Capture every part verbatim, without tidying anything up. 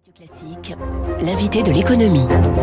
Classique, l'invité de l'économie.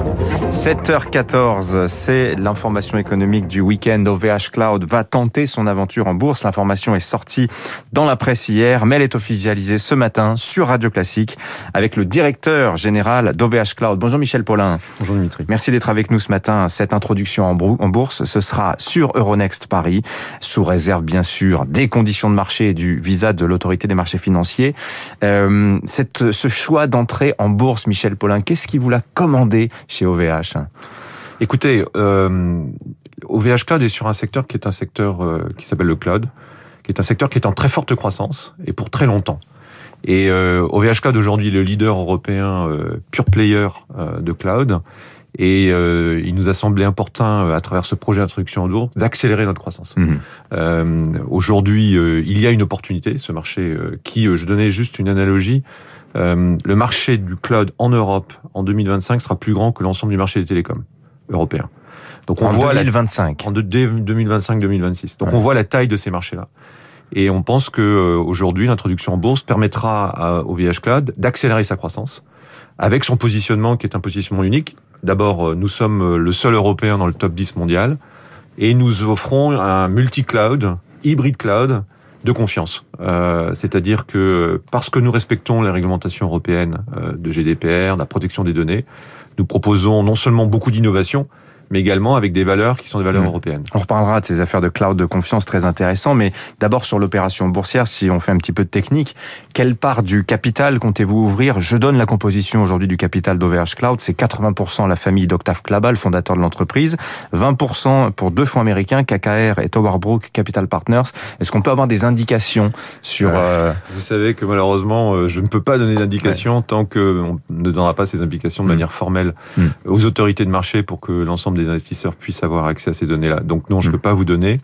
sept heures quatorze, c'est l'information économique du week-end. O V H Cloud va tenter son aventure en bourse. L'information est sortie dans la presse hier, mais elle est officialisée ce matin sur Radio Classique avec le directeur général d'O V H Cloud. Bonjour Michel Paulin. Bonjour Dimitri. Merci d'être avec nous ce matin. Cette introduction en bourse, ce sera sur Euronext Paris, sous réserve bien sûr des conditions de marché et du visa de l'autorité des marchés financiers. Euh, cette, ce choix d'entrée en bourse, Michel Paulin, qu'est-ce qui vous l'a commandé chez O V H ? Écoutez, euh, O V H Cloud est sur un secteur qui est un secteur euh, qui s'appelle le cloud, qui est un secteur qui est en très forte croissance et pour très longtemps. Et euh, O V H Cloud aujourd'hui est le leader européen euh, pure player euh, de cloud. Et euh, il nous a semblé important, à travers ce projet d'introduction en bourse, d'accélérer notre croissance. Mmh. Euh, aujourd'hui, euh, il y a une opportunité, ce marché euh, qui, euh, je donnais juste une analogie, euh, le marché du cloud en Europe en deux mille vingt-cinq sera plus grand que l'ensemble du marché des télécoms européens. Donc on en voit deux mille vingt-cinq. La, en deux mille vingt-cinq deux mille vingt-six. Donc ouais. On voit la taille de ces marchés-là. Et on pense que euh, aujourd'hui, l'introduction en bourse permettra à O V H Cloud d'accélérer sa croissance avec son positionnement qui est un positionnement unique. D'abord, nous sommes le seul Européen dans le top dix mondial et nous offrons un multi-cloud, hybride cloud de confiance. Euh, c'est-à-dire que parce que nous respectons les réglementations européennes euh, de G D P R, de la protection des données, nous proposons non seulement beaucoup d'innovation, mais également avec des valeurs qui sont des valeurs mmh. européennes. On reparlera de ces affaires de cloud de confiance très intéressant, mais d'abord sur l'opération boursière, si on fait un petit peu de technique, quelle part du capital comptez-vous ouvrir ? Je donne la composition aujourd'hui du capital d'O V H Cloud, c'est quatre-vingts pour cent la famille d'Octave Klaba, le fondateur de l'entreprise, vingt pour cent pour deux fonds américains, K K R et Tower Brook Capital Partners. Est-ce qu'on peut avoir des indications sur... Euh... Vous savez que malheureusement, je ne peux pas donner d'indications ouais. tant qu'on ne donnera pas ces indications de mmh. manière formelle mmh. aux autorités de marché pour que l'ensemble des investisseurs puissent avoir accès à ces données-là. Donc non, je ne peux pas vous donner,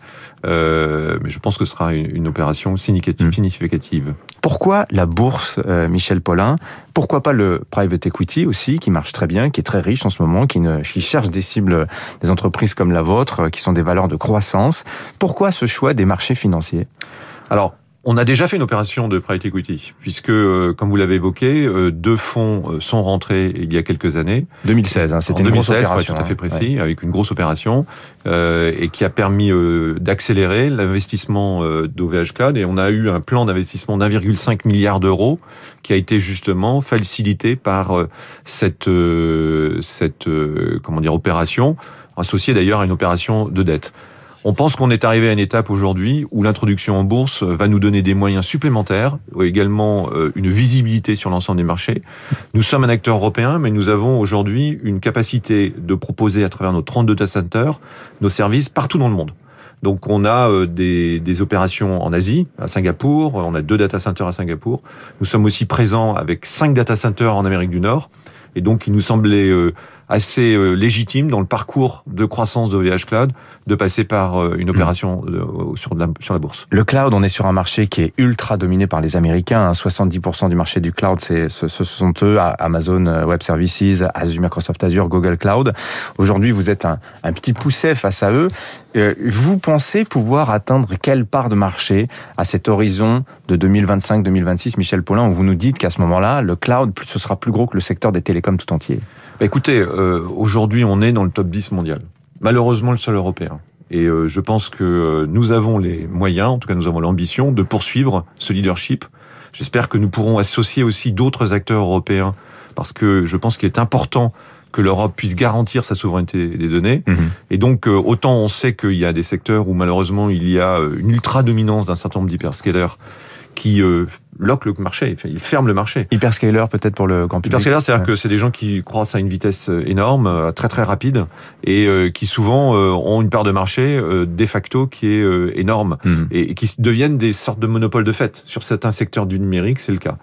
euh, mais je pense que ce sera une, une opération significative, mmh. significative. Pourquoi la bourse, euh, Michel Paulin ? Pourquoi pas le private equity aussi, qui marche très bien, qui est très riche en ce moment, qui, ne, qui cherche des cibles, des entreprises comme la vôtre, qui sont des valeurs de croissance ? Pourquoi ce choix des marchés financiers ? Alors, on a déjà fait une opération de private equity, puisque, euh, comme vous l'avez évoqué, euh, deux fonds euh, sont rentrés il y a quelques années. deux mille seize, hein, c'était en une deux mille seize, grosse opération. Pour être tout à fait précis, ouais. avec une grosse opération, euh, et qui a permis euh, d'accélérer l'investissement euh, d'O V H Cloud. Et on a eu un plan d'investissement d'un virgule cinq milliard d'euros, qui a été justement facilité par euh, cette, euh, cette euh, comment dire, opération, associée d'ailleurs à une opération de dette. On pense qu'on est arrivé à une étape aujourd'hui où l'introduction en bourse va nous donner des moyens supplémentaires, ou également une visibilité sur l'ensemble des marchés. Nous sommes un acteur européen, mais nous avons aujourd'hui une capacité de proposer à travers nos trente-deux data centers nos services partout dans le monde. Donc on a des, des opérations en Asie, à Singapour, on a deux data centers à Singapour. Nous sommes aussi présents avec cinq data centers en Amérique du Nord. Et donc, il nous semblait euh, assez euh, légitime dans le parcours de croissance d'O V H Cloud de passer par euh, une opération euh, sur, de la, sur la bourse. Le cloud, on est sur un marché qui est ultra dominé par les Américains. Hein. soixante-dix pour cent du marché du cloud, c'est, ce, ce sont eux, Amazon Web Services, Azure, Microsoft Azure, Google Cloud. Aujourd'hui, vous êtes un, un petit pousset face à eux. Euh, vous pensez pouvoir atteindre quelle part de marché à cet horizon de deux mille vingt-cinq deux mille vingt-six, Michel Paulin, où vous nous dites qu'à ce moment-là, le cloud, ce sera plus gros que le secteur des télécoms tout entier ? Bah écoutez, euh, aujourd'hui, on est dans le top dix mondial. Malheureusement, le seul européen. Et euh, je pense que euh, nous avons les moyens, en tout cas nous avons l'ambition de poursuivre ce leadership. J'espère que nous pourrons associer aussi d'autres acteurs européens, parce que je pense qu'il est important que l'Europe puisse garantir sa souveraineté des données. Mmh. Et donc, euh, autant on sait qu'il y a des secteurs où malheureusement il y a une ultra-dominance d'un certain nombre d'hyperscalers qui euh, loquent le marché, ils ferment le marché. Hyperscaler peut-être pour le grand public. Hyperscaler, c'est-à-dire ouais. que c'est des gens qui croissent à une vitesse énorme, très très rapide, et euh, qui souvent euh, ont une part de marché euh, de facto qui est euh, énorme, mmh. et, et qui deviennent des sortes de monopoles de fait. Sur certains secteurs du numérique, c'est le cas.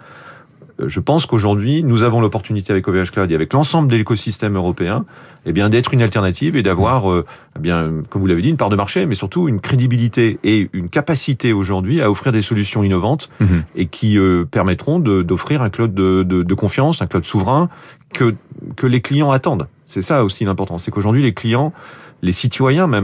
Je pense qu'aujourd'hui, nous avons l'opportunité avec O V H Cloud et avec l'ensemble de l'écosystème européen, eh bien, d'être une alternative et d'avoir, euh, eh bien, comme vous l'avez dit, une part de marché, mais surtout une crédibilité et une capacité aujourd'hui à offrir des solutions innovantes mmh. et qui euh, permettront de, d'offrir un cloud de, de, de confiance, un cloud souverain que, que les clients attendent. C'est ça aussi l'important. C'est qu'aujourd'hui, les clients, les citoyens même,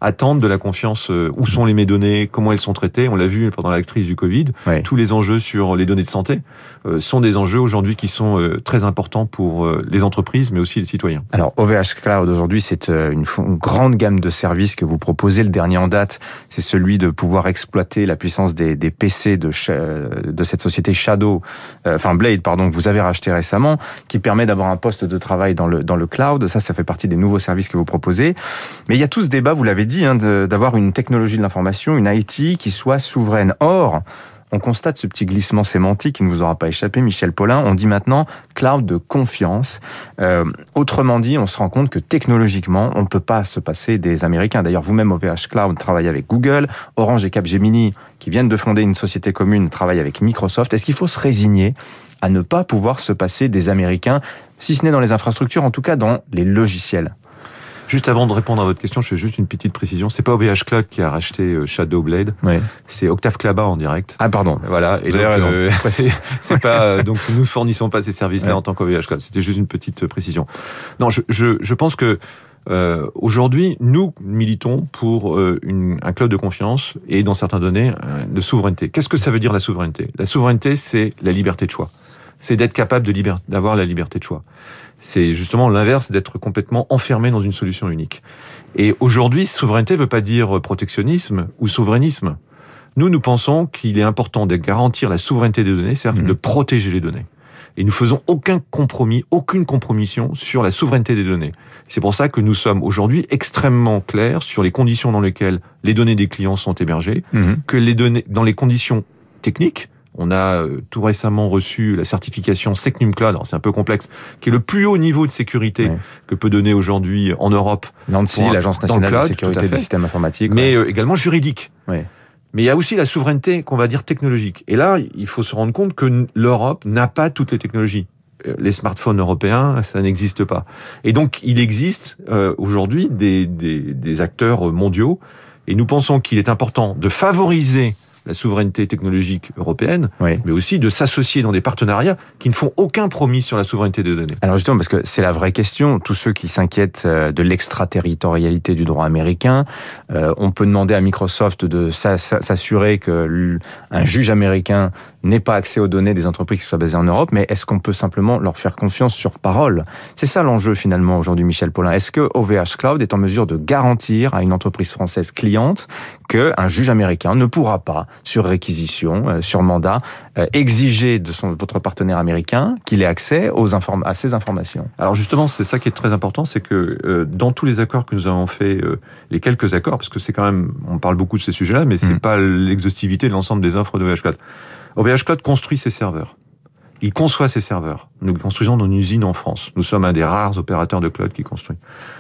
attendent de la confiance. Euh, où sont les mes données, comment elles sont traitées. On l'a vu pendant la crise du Covid. Oui. Tous les enjeux sur les données de santé euh, sont des enjeux aujourd'hui qui sont euh, très importants pour euh, les entreprises, mais aussi les citoyens. Alors, O V H Cloud, aujourd'hui, c'est une, une grande gamme de services que vous proposez. Le dernier en date, c'est celui de pouvoir exploiter la puissance des, des P C de, de cette société Shadow, euh, enfin Blade, pardon, que vous avez racheté récemment, qui permet d'avoir un poste de travail dans le, dans le cloud. Ça, ça fait partie des nouveaux services que vous proposez. Mais il y a tout ce débat, vous l'avez dit, hein, de, d'avoir une technologie de l'information, une I T qui soit souveraine. Or, on constate ce petit glissement sémantique qui ne vous aura pas échappé, Michel Paulin. On dit maintenant cloud de confiance. Euh, autrement dit, on se rend compte que technologiquement, on ne peut pas se passer des Américains. D'ailleurs, vous-même, O V H Cloud, travaillez avec Google. Orange et Capgemini, qui viennent de fonder une société commune, travaillent avec Microsoft. Est-ce qu'il faut se résigner à ne pas pouvoir se passer des Américains, si ce n'est dans les infrastructures, en tout cas dans les logiciels? Juste avant de répondre à votre question, je fais juste une petite précision. C'est pas O V H Cloud qui a racheté Shadow Blade. Oui. C'est Octave Klaba en direct. Ah, pardon. Voilà. Et vous donc, avez raison. Euh, c'est, c'est pas, euh, donc, nous fournissons pas ces services-là oui. en tant qu'O V H Cloud. C'était juste une petite précision. Non, je, je, je pense que, euh, aujourd'hui, nous militons pour euh, une, un cloud de confiance et, dans certaines données, euh, de souveraineté. Qu'est-ce que ça veut dire la souveraineté? La souveraineté, c'est la liberté de choix. C'est d'être capable de liber- d'avoir la liberté de choix. C'est justement l'inverse d'être complètement enfermé dans une solution unique. Et aujourd'hui, souveraineté ne veut pas dire protectionnisme ou souverainisme. Nous, nous pensons qu'il est important de garantir la souveraineté des données, c'est-à-dire mmh. de protéger les données. Et nous faisons aucun compromis, aucune compromission sur la souveraineté des données. C'est pour ça que nous sommes aujourd'hui extrêmement clairs sur les conditions dans lesquelles les données des clients sont hébergées, mmh. que les données, dans les conditions techniques. On a euh, tout récemment reçu la certification Secnum Cloud, alors c'est un peu complexe, qui est le plus haut niveau de sécurité oui. que peut donner aujourd'hui en Europe. L'ANSSI, l'Agence nationale cloud, de sécurité des systèmes informatiques. Mais ouais. euh, également juridique. Oui. Mais il y a aussi la souveraineté, qu'on va dire technologique. Et là, il faut se rendre compte que l'Europe n'a pas toutes les technologies. Les smartphones européens, ça n'existe pas. Et donc, il existe euh, aujourd'hui des, des, des acteurs mondiaux. Et nous pensons qu'il est important de favoriser la souveraineté technologique européenne, oui. mais aussi de s'associer dans des partenariats qui ne font aucun promis sur la souveraineté des données. Alors justement, parce que c'est la vraie question, tous ceux qui s'inquiètent de l'extraterritorialité du droit américain, euh, on peut demander à Microsoft de s'assurer que un juge américain n'ait pas accès aux données des entreprises qui soient basées en Europe, mais est-ce qu'on peut simplement leur faire confiance sur parole? C'est ça l'enjeu finalement aujourd'hui, Michel Paulin. Est-ce que O V H Cloud est en mesure de garantir à une entreprise française cliente qu'un juge américain ne pourra pas, sur réquisition, euh, sur mandat, euh, exiger de son, votre partenaire américain qu'il ait accès aux inform- à ces informations? Alors justement, c'est ça qui est très important, c'est que euh, dans tous les accords que nous avons fait, euh, les quelques accords, parce que c'est quand même, on parle beaucoup de ces sujets-là, mais c'est mmh. pas l'exhaustivité de l'ensemble des offres de O V H Cloud. O V H Cloud construit ses serveurs. Il conçoit ses serveurs. Nous construisons dans une usine en France. Nous sommes un des rares opérateurs de cloud qui construit.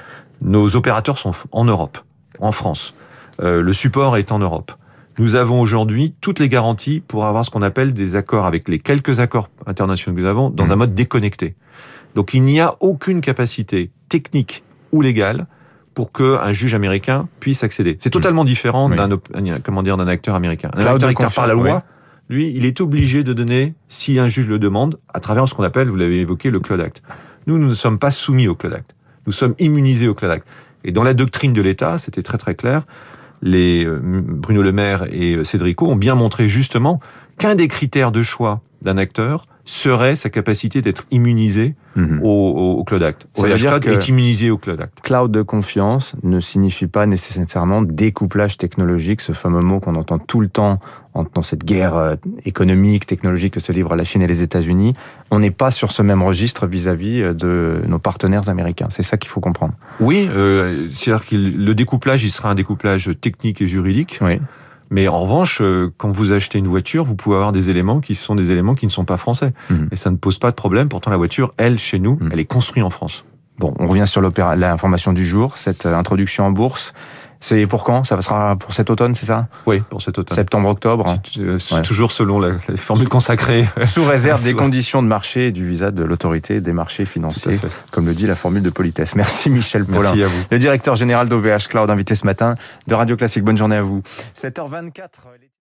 Nos opérateurs sont en Europe, en France. Euh, le support est en Europe. Nous avons aujourd'hui toutes les garanties pour avoir ce qu'on appelle des accords avec les quelques accords internationaux que nous avons dans mmh. un mode déconnecté. Donc il n'y a aucune capacité technique ou légale pour qu'un juge américain puisse accéder. C'est totalement différent oui. d'un, comment dire, d'un acteur américain. Un Cloud acteur qui par la loi, oui. lui, il est obligé de donner, si un juge le demande, à travers ce qu'on appelle, vous l'avez évoqué, le Cloud Act. Nous, nous ne sommes pas soumis au Cloud Act. Nous sommes immunisés au Cloud Act. Et dans la doctrine de l'État, c'était très très clair, les euh, Bruno Le Maire et Cédrico ont bien montré justement qu'un des critères de choix d'un acteur serait sa capacité d'être immunisé mmh. au, au, au Cloud Act. Ça veut dire que est immunisé au Cloud Act. Cloud de confiance ne signifie pas nécessairement découplage technologique, ce fameux mot qu'on entend tout le temps dans cette guerre économique, technologique que se livrent la Chine et les États-Unis. On n'est pas sur ce même registre vis-à-vis de nos partenaires américains. C'est ça qu'il faut comprendre. Oui, euh, c'est-à-dire que le découplage, il sera un découplage technique et juridique. Oui. Mais en revanche, quand vous achetez une voiture, vous pouvez avoir des éléments qui sont des éléments qui ne sont pas français. Mmh. Et ça ne pose pas de problème. Pourtant, la voiture, elle, chez nous, mmh. elle est construite en France. Bon, on revient sur l'information du jour, cette introduction en bourse. C'est pour quand? Ça sera pour cet automne, c'est ça? Oui, pour cet automne. Septembre-octobre. C'est ouais. toujours selon la, la formule consacrée. Sous réserve des conditions de marché et du visa de l'autorité des marchés financiers, comme le dit la formule de politesse. Merci Michel Paulin. Merci à vous. Le directeur général d'O V H Cloud, invité ce matin de Radio Classique. Bonne journée à vous. sept heures vingt-quatre